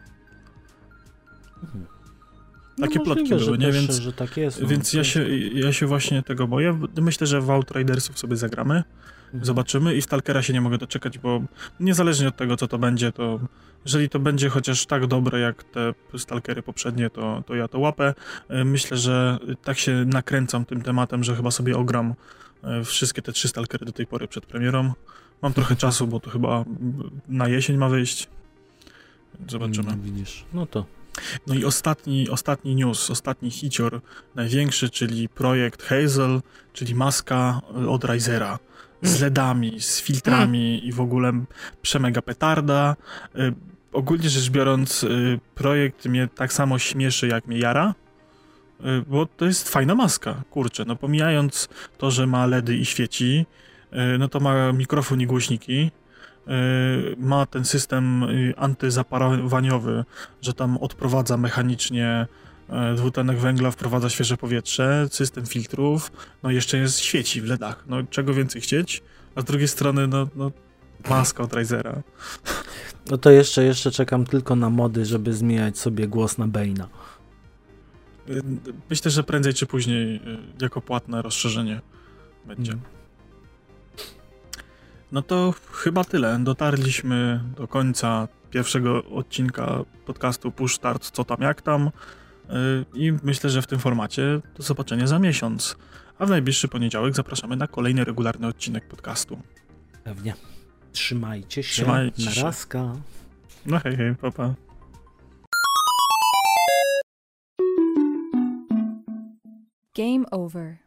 Takie no plotki były, nie? Więc, że tak jest, no. Więc ja się właśnie tego boję. Myślę, że w Outridersów sobie zagramy, zobaczymy i w Stalkera się nie mogę doczekać, bo niezależnie od tego, co to będzie, to jeżeli to będzie chociaż tak dobre, jak te Stalkery poprzednie, to ja to łapę. Myślę, że tak się nakręcam tym tematem, że chyba sobie ogram wszystkie te 3 Stalkery do tej pory przed premierą. Mam trochę czasu, bo to chyba na jesień ma wyjść. Zobaczymy. Widzisz, no to. No i ostatni news, ostatni hicior, największy, czyli projekt Hazel, czyli maska od Risera. Z LEDami, z filtrami i w ogóle przemega petarda. Ogólnie rzecz biorąc, projekt mnie tak samo śmieszy, jak mnie jara, bo to jest fajna maska, kurczę. No pomijając to, że ma LEDy i świeci, no to ma mikrofon i głośniki, ma ten system antyzaparowaniowy, że tam odprowadza mechanicznie dwutlenek węgla, wprowadza świeże powietrze, system filtrów, no jeszcze jest świeci w LEDach, no czego więcej chcieć, a z drugiej strony no maska od Risera. No to jeszcze czekam tylko na mody, żeby zmieniać sobie głos na Bane'a. Myślę, że prędzej czy później jako płatne rozszerzenie będzie. No to chyba tyle. Dotarliśmy do końca pierwszego odcinka podcastu Push Start Co tam jak tam i myślę, że w tym formacie do zobaczenia za miesiąc. A w najbliższy poniedziałek zapraszamy na kolejny regularny odcinek podcastu. Pewnie. Trzymajcie się. Narazka. No hej, pa pa. Game over.